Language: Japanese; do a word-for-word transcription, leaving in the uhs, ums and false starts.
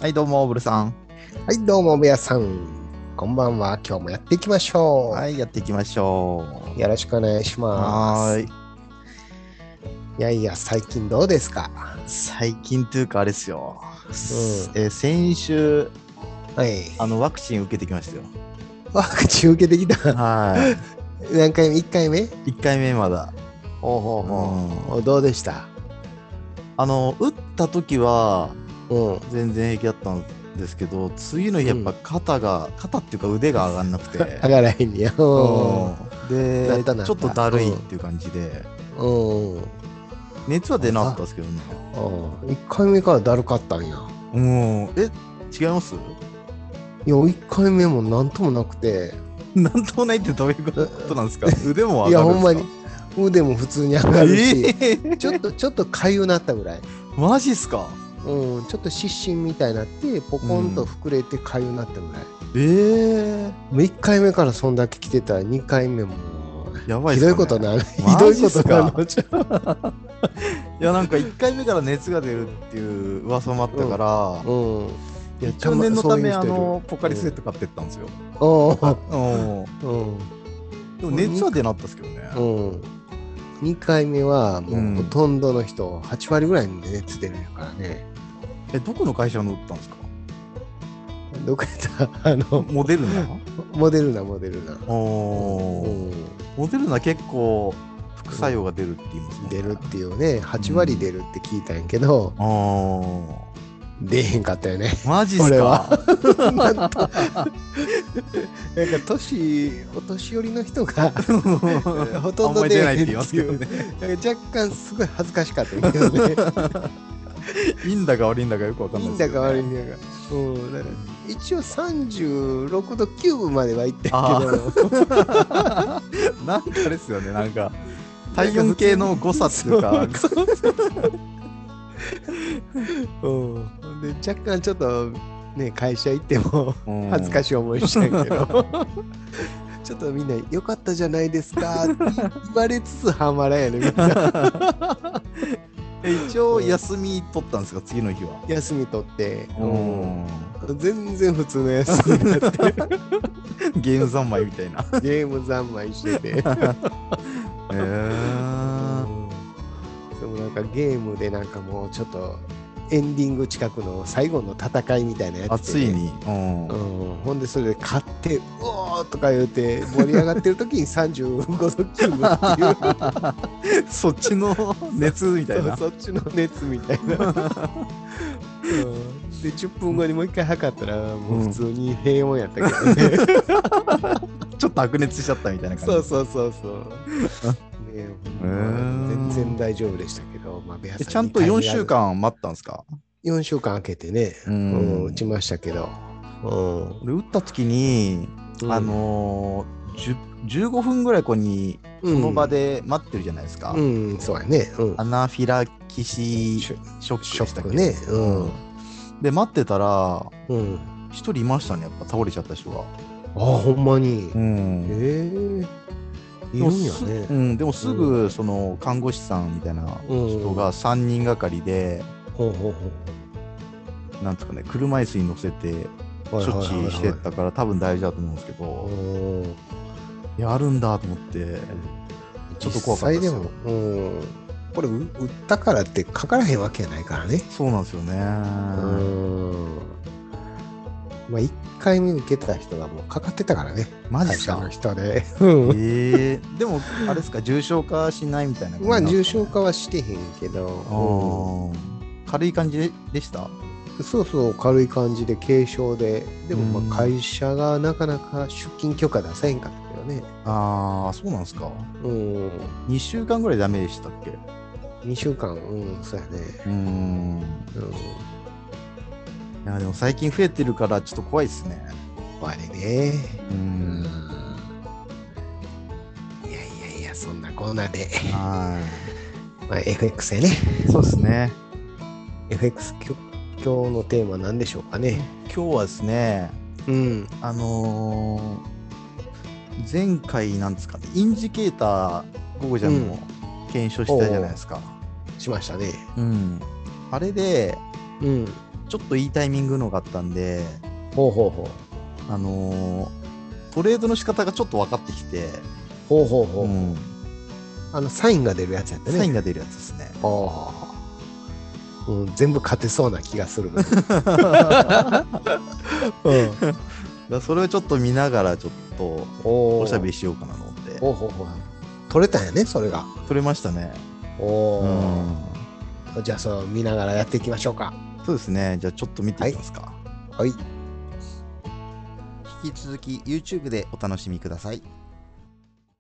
はい、どうも、ブルさん。 はい、どうも、ベアさん。こんばんは。今日もやっていきましょはい、やっていきましょう。よろしくお願いしう。 ます。 はーい。 いやいや、最近どうですか？ 最近というか、あれですよ。 うん。 えー先週、 はい。 あの、ワクチン受けてきましたよ。 ワクチン受けてきた。 は何回目？ いっ 回目？ い。いっかいめまだ。 ほうほううほう。おん。 どうでした？ あの、打った時は、 うん。 全然平気だったんですけど、次の日やっぱうん。 肩が、肩っていうか腕が上がんなくて、 上がらへんにや。うん。 うん。で、 なったなちょっとった。 だるいっうん。 ていう感じで、 うん。 熱は出なかったあ、 ですけどね。 うん。いっかいめからだるかったんや。 うん。え、違います？ いや、いっかいめもなんともなくて。 なんともないってどういうことなんですか？腕もいや、 上がるんですか？ ほんまに。腕も普通に上がるし、 ええー、 ちょっと、ちょっと痒くなったぐらい。 マジっすか？ うん、ちょっと湿疹みたいになって、ポコンとうん。 膨れて痒くなったぐらい。 ええもういっかいめからそんだけ来てたらにかいめもー、やばいっひどいすかね。 ことなる。ひどマジっいことなるすか？ のじゃ。 いや、なんかいっかいめから熱が出るっていう噂もあったから、 うん。うん。いや、 一応たま、そういう念のため、あ人いる。 の、ポカリスエッうん。 ト買ってったんですよ。 おうん。 うん。 でも俺に、 熱は出なかったですけどね。 うん。にかいめはうん。 もうほとんどの人、はち割ぐらいの熱出るんやからね。 え、どこの会社の売ったんですか？ どこやったあの、 モデルナ？ モデルナ、モデルナ。うおー。 ん。 モデルナ結構副作用が出るって言いますね。 出るっていうね、はち割出るって聞いたんやけど、 ああ。 出へんかったよね。 マジっす俺は。 か？ なんと、なんか年、お年寄りの人がほとあんまりんど出出ないって言いまへんっていう、 すけどね。 なんか若干すごい恥ずかしかったんやけどね。 いいんだか悪いんだかよくわかんいいんだかないですけどね。 悪いんだか。うん、だから一応さんじゅうろくどきゅうぶまでは行ったけあど、 あ。なんかあれですよね。なんか、体温計の誤差っていうか、 そううん、で若干ちょっとね会社行ってもうん恥ずかしい思いしたんやけどちょっとみんな良かったじゃないですかって言われつつハマらんやねみんな。 え一応休み取ったんですか、次の日は。 休み取って、 ううんん。 全然普通の休みになってゲーム三昧みたいな。 ゲーム三昧しててへえ。 うんでもなんかゲームでなんかもうちょっとエンディング近くの最後の戦いみたいなやあ、 つでね。 ついに。うん。 うん、ほんでそれで勝ってうおーとか言うて盛り上がってる時にさんじゅうごどキューブっていうそっちの熱みたいな。 そそっちの熱みたいな、うん、でじゅっぷんごにもう一回測ったらもう普通に平穏やったけどね、 ちょっと白熱しちゃったみたいな感じ。 そうそうそうそうねほんま全然大丈夫でしたけど、まあ、ベアえ、 さんにちゃんとよんしゅうかいめがかん待ったんですか？ よんしゅうかん空けてね、 ううん、打ん。 ちましたけど、うんで、打った時に、あうんのー、じゅう じゅうごふんぐらいここに、 うその場ん、 で待ってるじゃないですか。 うん、そうやね、うん、 アナフィラキシーショショッショクでしたっけ？ ックね、うん、 で、待ってたら、 うん。 一人いましたね、やっぱ倒れちゃった人が。 ああ、ほんまに。 うんええいるんやでもす、うね。 ん、でもすぐ、その、看護師さんみたいな人がさんにんがかりで、 ほうほうほなんですかね、車椅子に乗せてう。はい処はいはい置してはい。 ったから多分大事だと思うんですけうど、 ん。 いや、あるんだと思って、ちょっと怖かったですよ。 実際でも、うん。これ、う売ったからってかからへんわけやないからね。 そうなんですよね。 うん。まあ、いっかいめ受けた人がもうかかってたからね。 マジっすか？ 会社の人で。うんええでも、あれですか、重症化しないみたいな感じまあ、重なんですかね。 症化はしてへんけど、 あー軽い感じで、でした？ うん、そうそう、軽い感じで軽症で、でもうんまあ会社がなかなか出勤許可出せへんかったけどね。 ああ、そうなんですか。 うん。 にしゅうかんぐらいダメでしたっけ？ にしゅうかん、うん、そうやね。 うーん。いうん。 や、でも最近増えてるからちょっと怖いですね。 あれね。 ううん。 ん。 いやいやいや、そんなコーナーで。 はまあ、エフエックス やね。 い。そうですね。 エフエックス きょ今日のテーマ何でしょうかね。 今日はですね、 うん。 あのー前回なんですかね、インジケーター、ゴゴちゃんも検証したじゃないですか。 しましたね。 うん。あれで、 うん。 ちちょっといいタイミングのがあったんで、 ほうほうほう。 あのートレードの仕方がちょっと分かってきて、 ほうほうほう。 うん、 あの、サインが出るやつやったね。 サインが出るやつですね。 ああ。うん、全部勝てそうな気がするのに。うん。 だからそれをちょっと見ながらちょっとおおしゃべりしようかなと思ってほうほうほう。取れたんやね、それが。 取れましたね。 おうお。 ん、 じゃあ、そう見ながらやっていきましょうか。 そうですね。じゃあちょっと見ていきますか。 はい。 引き続き YouTube でお楽しみください。